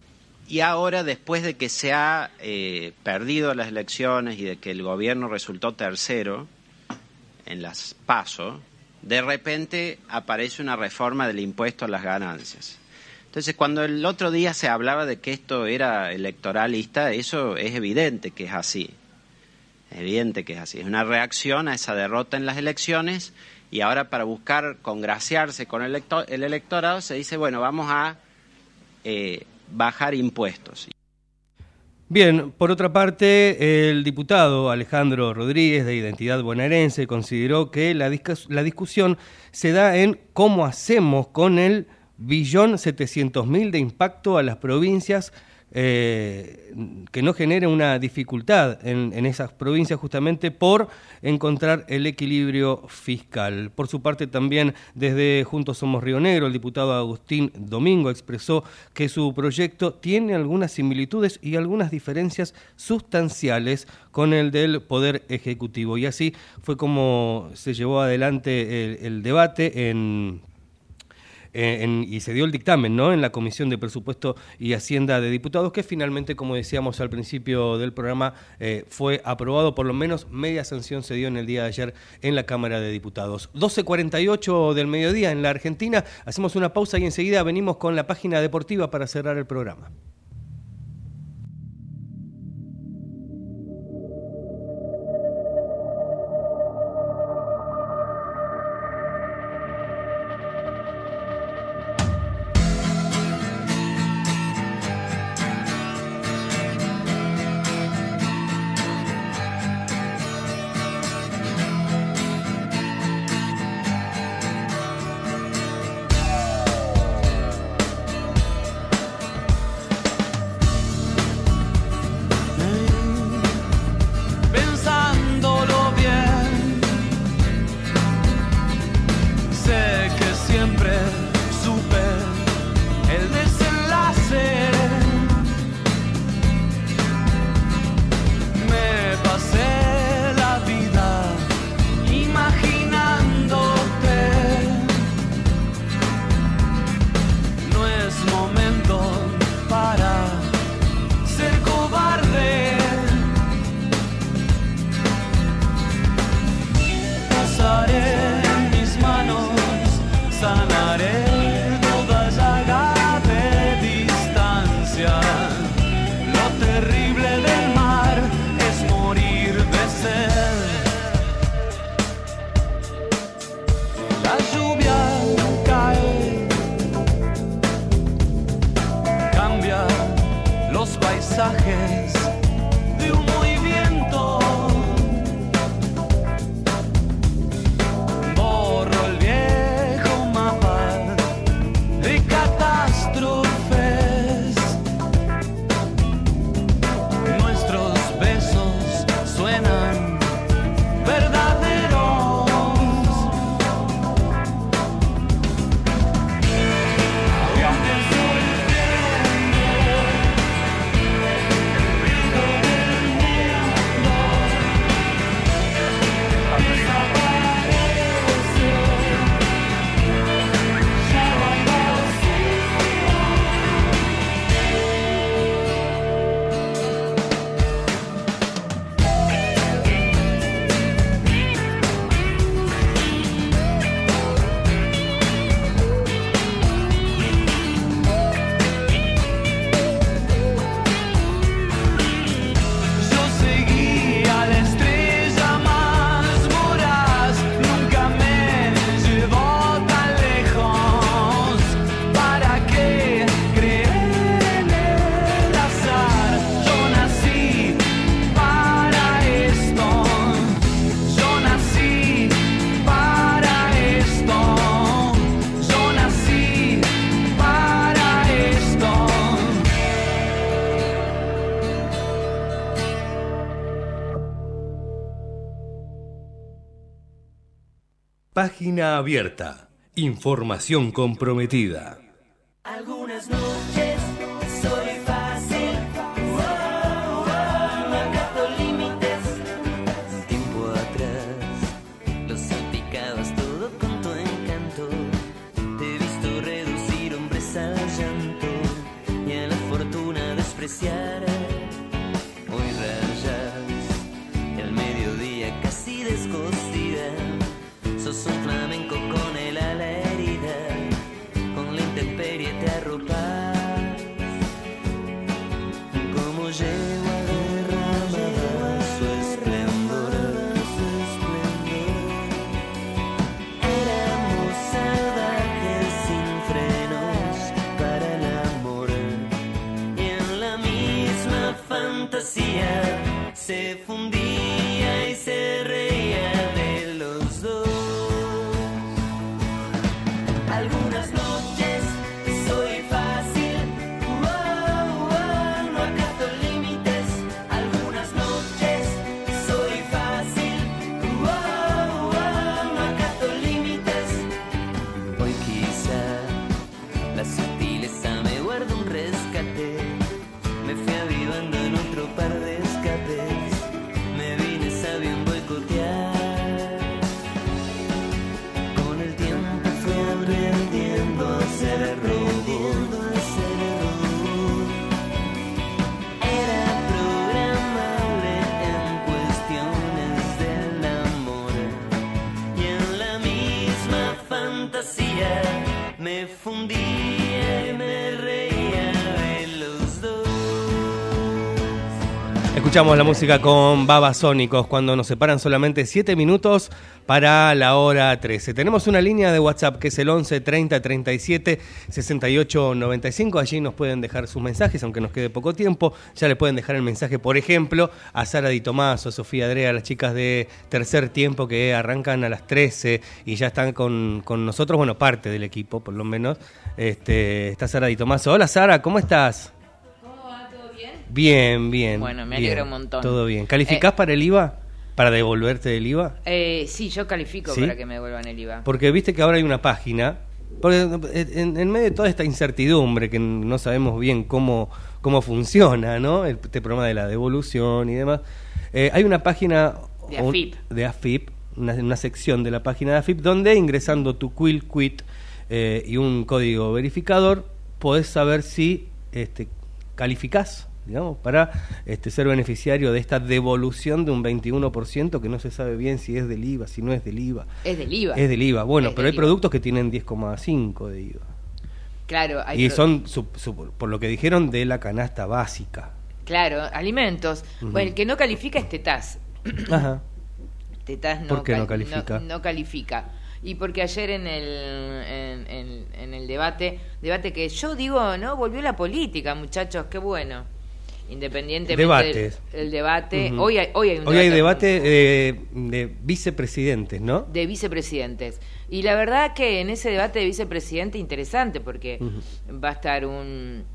y ahora, después de que se ha eh, perdido las elecciones y de que el gobierno resultó tercero en las PASO, de repente aparece una reforma del impuesto a las ganancias. Entonces, cuando el otro día se hablaba de que esto era electoralista, eso es evidente que es así. Es evidente que es así. Es una reacción a esa derrota en las elecciones, y ahora, para buscar congraciarse con el, elector, el electorado, se dice, bueno, vamos a eh, bajar impuestos. Bien, por otra parte, el diputado Alejandro Rodríguez, de Identidad Bonaerense, consideró que la, discus- la discusión se da en cómo hacemos con el billón setecientos mil de impacto a las provincias, eh, que no genere una dificultad en, en esas provincias, justamente por encontrar el equilibrio fiscal. Por su parte, también desde Juntos Somos Río Negro, el diputado Agustín Domingo expresó que su proyecto tiene algunas similitudes y algunas diferencias sustanciales con el del Poder Ejecutivo, y así fue como se llevó adelante el, el debate en... En, y se dio el dictamen, ¿no?, en la Comisión de Presupuesto y Hacienda de Diputados, que finalmente, como decíamos al principio del programa, eh, fue aprobado. Por lo menos media sanción se dio en el día de ayer en la Cámara de Diputados. doce cuarenta y ocho del mediodía en la Argentina. Hacemos una pausa y enseguida venimos con la página deportiva para cerrar el programa. De humo y viento, borro el viejo mapa de catástrofes. Nuestros besos suenan verdaderos. Aunque el sol Página abierta. Información comprometida. Algunas noches soy fácil, oh, oh, no acato límites. Un tiempo atrás lo salpicabas todo con tu encanto. Te he visto reducir hombres al llanto y a la fortuna de apreciar. Hoy rayas el mediodía casi descosida. Sos un flamenco con el ala herida, con la intemperie te arropas. Como llego a derramar su esplendor. Éramos salvajes sin frenos para el amor, y en la misma fantasía se fundía y se reía de los dos. Algunas noches soy fácil, wow, wow, no acato límites. Algunas noches soy fácil, wow, wow, no acato límites. Hoy quizá la sutileza me guarda un rescate. Me fui avivando en otro par de escapes. Me vine sabio en boicotear. Con el tiempo fui aprendiendo a ser robot. Era programable en cuestiones del amor, y en la misma fantasía me fundía y me reía de los dos. Escuchamos la música con Babasónicos cuando nos separan solamente siete minutos para la hora trece. Tenemos una línea de WhatsApp que es el once treinta treinta y siete sesenta y ocho noventa y cinco. Allí nos pueden dejar sus mensajes, aunque nos quede poco tiempo. Ya le pueden dejar el mensaje, por ejemplo, a Sara Di Tommaso, Sofía Drea, las chicas de Tercer Tiempo que arrancan a las trece y ya están con, con nosotros, bueno, parte del equipo por lo menos. Este, está Sara Di Tommaso. Hola Sara, ¿cómo estás? Bien, bien. Bueno, me bien, alegro un montón. Todo bien. ¿Calificás Eh, para el I V A? ¿Para devolverte del I V A? Eh, sí, yo califico ¿Sí? para que me devuelvan el I V A. Porque viste que ahora hay una página, porque en, en medio de toda esta incertidumbre que no sabemos bien cómo, cómo funciona, ¿no? El, este programa de la devolución y demás, eh, hay una página De AFIP. un- de AFIP, una, una sección de la página de AFIP, donde ingresando tu Quill Quit eh, y un código verificador, podés saber si este, calificás, digamos, para este, ser beneficiario de esta devolución de un veintiuno por ciento que no se sabe bien si es del I V A, si no es del I V A. Es del I V A. Es del I V A, bueno, Es pero hay del I V A. productos que tienen diez coma cinco de I V A. Claro, hay Y pro- son, su- su- por lo que dijeron, de la canasta básica. Claro, alimentos. Ujú. Bueno, el que no califica es Tetaz. Ajá. Tetaz no, ¿Por qué no cal- califica? No, no califica. Y porque ayer en el en, en- en el debate, debate que yo digo, ¿no? Volvió la política, muchachos, qué bueno. Independientemente Debates. del el debate, Ujú. hoy hay hoy hay un Hoy hay debate debate eh, de vicepresidentes, ¿no? de vicepresidentes. Y la verdad que en ese debate de vicepresidente interesante porque Ujú. va a estar un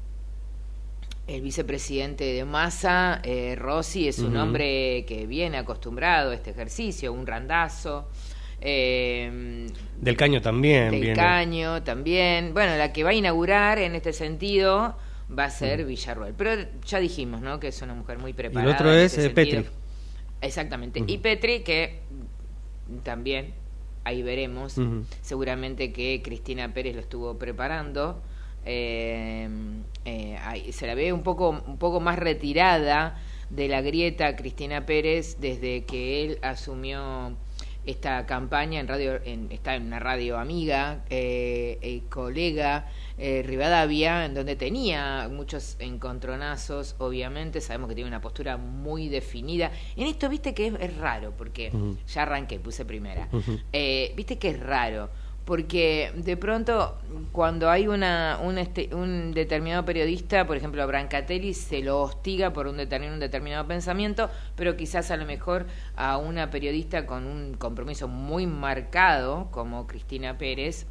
el vicepresidente de Massa, eh, Rossi, es un Ujú. hombre que viene acostumbrado a este ejercicio, un randazo. Eh, Del Caño también del viene. Caño también. Bueno, la que va a inaugurar en este sentido va a ser Villarroel. Pero ya dijimos, ¿no? Que es una mujer muy Y preparada. el otro en es este eh, sentido. Petri. Exactamente. Ujú. Y Petri, que también, ahí veremos, Ujú. seguramente que Cristina Pérez lo estuvo preparando. Eh, eh, ahí se la ve un poco, un poco más retirada de la grieta Cristina Pérez desde que él asumió esta campaña en radio, en, está en una radio amiga, eh, eh, colega, eh, Rivadavia, en donde tenía muchos encontronazos, obviamente, sabemos que tiene una postura muy definida. En esto, viste que es, es raro, porque Ujú. ya arranqué, puse primera. Ujú. Eh, viste que es raro, porque de pronto cuando hay una un, este, un determinado periodista, por ejemplo a Brancatelli, se lo hostiga por un determinado, un determinado pensamiento, pero quizás a lo mejor a una periodista con un compromiso muy marcado como Cristina Pérez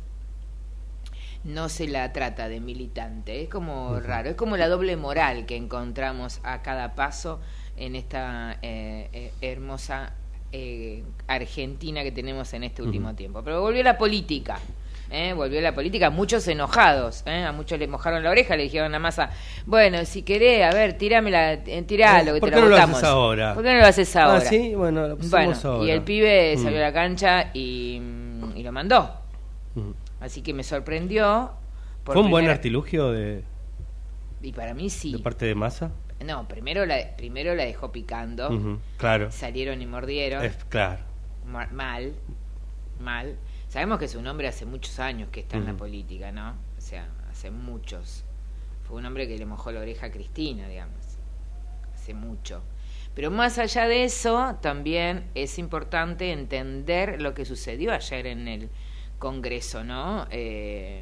no se la trata de militante. Es como Ujú. raro, es como la doble moral que encontramos a cada paso en esta eh, eh, hermosa eh, Argentina que tenemos en este último Ujú. tiempo. Pero volvió la política, ¿eh? volvió la política, muchos enojados, ¿eh? A muchos le mojaron la oreja, le dijeron a Massa, bueno, si querés, a ver, tirámela, eh, tiralo, que ¿Por te qué la no lo votamos. haces ahora? ¿Por qué no lo haces ahora? Ah, sí, bueno, lo pusimos Bueno, ahora. y el pibe Mm. salió a la cancha y, y lo mandó. Ujú. Así que me sorprendió. por Fue un buen primera- artilugio de... Y para mí sí. ¿De parte de Massa? No, primero la, primero la dejó picando. Uh-huh, claro. Salieron y mordieron. Es, claro. Ma- mal, mal. Sabemos que es un hombre hace muchos años que está uh-huh. en la política, ¿no? O sea, hace muchos. Fue un hombre que le mojó la oreja a Cristina, digamos. Hace mucho. Pero más allá de eso, también es importante entender lo que sucedió ayer en el Congreso, ¿no? Eh,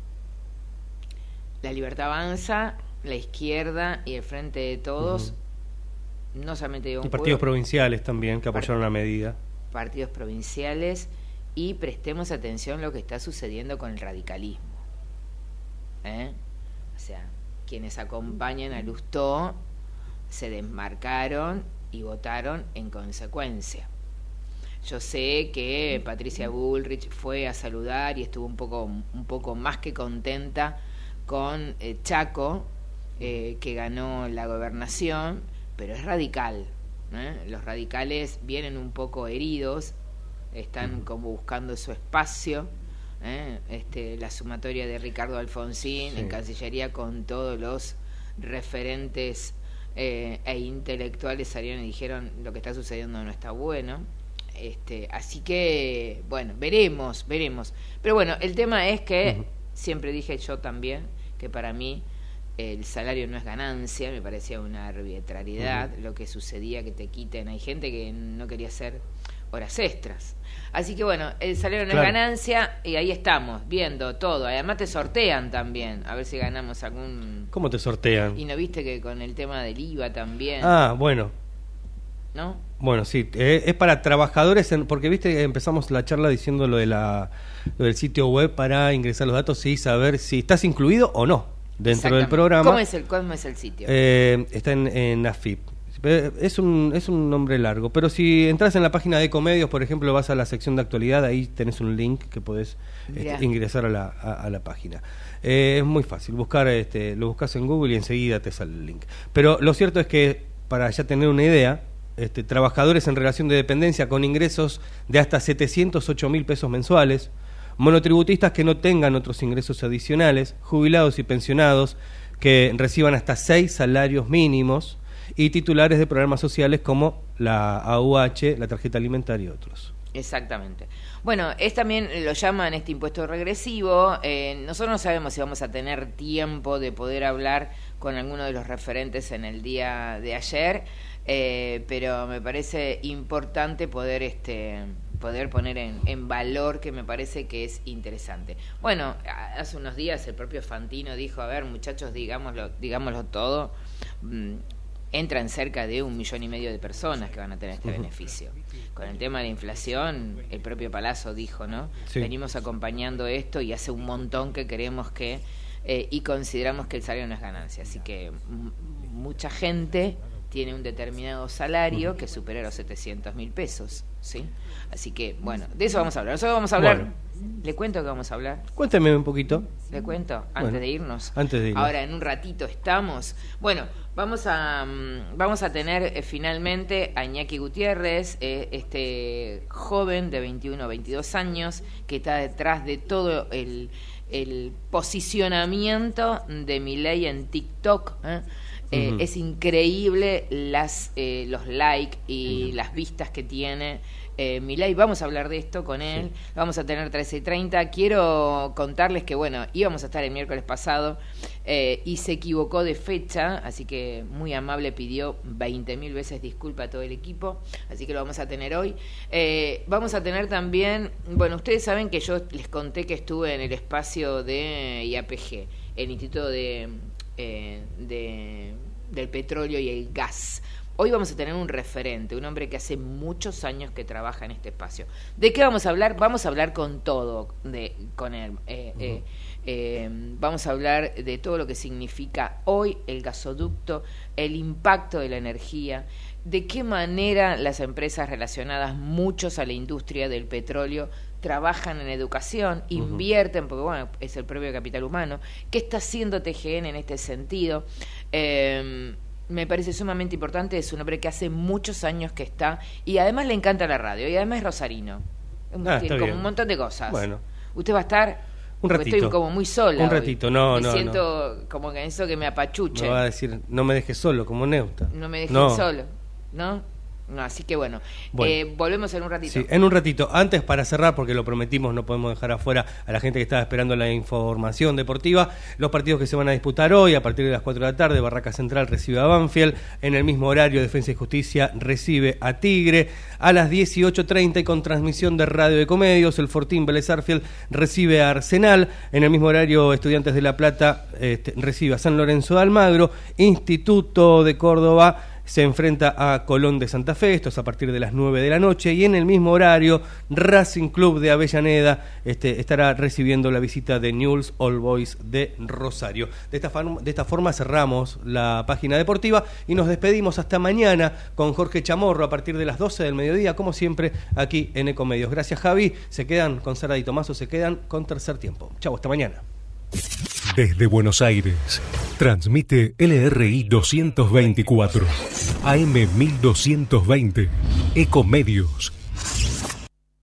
la Libertad Avanza, la izquierda y el Frente de Todos, uh-huh. no solamente digo un y partidos pueblo, provinciales también que apoyaron la medida. Partidos provinciales, y prestemos atención a lo que está sucediendo con el radicalismo. ¿Eh? O sea, quienes acompañan a Lustó se desmarcaron y votaron en consecuencia. Yo sé que Patricia Bullrich fue a saludar y estuvo un poco, un poco más que contenta con eh, Chaco, eh, que ganó la gobernación, pero es radical, ¿eh? Los radicales vienen un poco heridos, están como buscando su espacio, ¿eh? Este, la sumatoria de Ricardo Alfonsín sí. en Cancillería con todos los referentes eh, e intelectuales salieron y dijeron lo que está sucediendo no está bueno. Este, así que, bueno, veremos, veremos. Pero bueno, el tema es que, uh-huh. siempre dije yo también, que para mí el salario no es ganancia, me parecía una arbitrariedad uh-huh. lo que sucedía, que te quiten. Hay gente que no quería hacer horas extras. Así que bueno, el salario no claro. es ganancia y ahí estamos, viendo todo. Además te sortean también, a ver si ganamos algún... ¿Cómo te sortean? Y no viste que con el tema del I V A también... Ah, bueno. ¿No? Bueno, sí, eh, es para trabajadores, en, porque viste, empezamos la charla diciendo lo, de la, lo del sitio web para ingresar los datos y saber si estás incluido o no dentro del programa. ¿Cómo es el, cómo es el sitio? Eh, está en, en A F I P. Es un, es un nombre largo, pero si entras en la página de Ecomedios, por ejemplo, vas a la sección de actualidad, ahí tenés un link que podés este, ingresar a la, a, a la página. Eh, es muy fácil, buscar este, lo buscas en Google y enseguida te sale el link. Pero lo cierto es que, para ya tener una idea, este, trabajadores en relación de dependencia con ingresos de hasta setecientos ocho mil pesos mensuales, monotributistas que no tengan otros ingresos adicionales, jubilados y pensionados que reciban hasta seis salarios mínimos, y titulares de programas sociales como la A U H, la tarjeta alimentaria y otros. Exactamente. Bueno, es también lo llaman este impuesto regresivo. Eh, nosotros no sabemos si vamos a tener tiempo de poder hablar con alguno de los referentes en el día de ayer, eh, pero me parece importante poder este poder poner en, en valor, que me parece que es interesante. Bueno, hace unos días el propio Fantino dijo, a ver, muchachos, digámoslo, digámoslo todo, mmm, entran cerca de un millón y medio de personas que van a tener este uh-huh. beneficio. Con el tema de la inflación, el propio Palazzo dijo, ¿no? Sí. Venimos acompañando esto y hace un montón que queremos que, eh, y consideramos que el salario no es ganancia. Así que m- mucha gente tiene un determinado salario uh-huh. que supera los setecientos mil pesos, ¿sí? Así que, bueno, de eso vamos a hablar. Nosotros vamos a hablar... Bueno. ¿Le cuento que vamos a hablar? Cuéntame un poquito. ¿Le cuento? Antes bueno, de irnos. Antes de irnos. Ahora, en un ratito estamos. Bueno, vamos a um, vamos a tener eh, finalmente a Iñaki Gutiérrez, eh, este joven de veintiuno o veintidós años, que está detrás de todo el, el posicionamiento de Milei en TikTok, ¿eh? Eh, uh-huh. Es increíble las eh, los likes y uh-huh. las vistas que tiene eh, Milei. Vamos a hablar de esto con él. Sí. Vamos a tener trece y treinta. Quiero contarles que, bueno, íbamos a estar el miércoles pasado eh, y se equivocó de fecha, así que muy amable, pidió veinte mil veces disculpa a todo el equipo, así que lo vamos a tener hoy. Eh, vamos a tener también, bueno, ustedes saben que yo les conté que estuve en el espacio de I A P G, el Instituto de... Eh, de, del petróleo y el gas. Hoy vamos a tener un referente, un hombre que hace muchos años que trabaja en este espacio. ¿De qué vamos a hablar? Vamos a hablar con todo de, con él. Eh, uh-huh. eh, eh, vamos a hablar de todo lo que significa hoy el gasoducto, el impacto de la energía, de qué manera las empresas relacionadas muchos a la industria del petróleo trabajan en educación, uh-huh. invierten, porque bueno, es el propio capital humano. ¿Qué está haciendo T G N en este sentido? Eh, me parece sumamente importante, es un hombre que hace muchos años que está, y además le encanta la radio, y además es rosarino. Ah, Tiene como un montón de cosas. Bueno. ¿Usted va a estar? Un ratito. Estoy como muy sola. Un ratito, hoy. no, me no. Me siento no. como que eso que me apachuche. Me va a decir, no me dejes solo, como Neuta. No me dejes no. solo, ¿no? No, así que bueno, bueno. Eh, volvemos en un ratito. Sí, en un ratito. Antes, para cerrar, porque lo prometimos, no podemos dejar afuera a la gente que estaba esperando la información deportiva, los partidos que se van a disputar hoy, a partir de las cuatro de la tarde, Barraca Central recibe a Banfield, en el mismo horario Defensa y Justicia recibe a Tigre, a las dieciocho treinta y con transmisión de Radio de Comedios, el Fortín Vélez Sarsfield recibe a Arsenal, en el mismo horario Estudiantes de La Plata este, recibe a San Lorenzo de Almagro, Instituto de Córdoba se enfrenta a Colón de Santa Fe, esto es a partir de las nueve de la noche, y en el mismo horario Racing Club de Avellaneda este, estará recibiendo la visita de Newell's Old Boys de Rosario. De esta, de esta forma cerramos la página deportiva y nos despedimos hasta mañana con Jorge Chamorro a partir de las doce del mediodía, como siempre, aquí en Ecomedios. Gracias, Javi. Se quedan con Sara y Tomás o se quedan con Tercer Tiempo. Chau, hasta mañana. Desde Buenos Aires, transmite L R I doscientos veinticuatro, A M mil doscientos veinte, Ecomedios.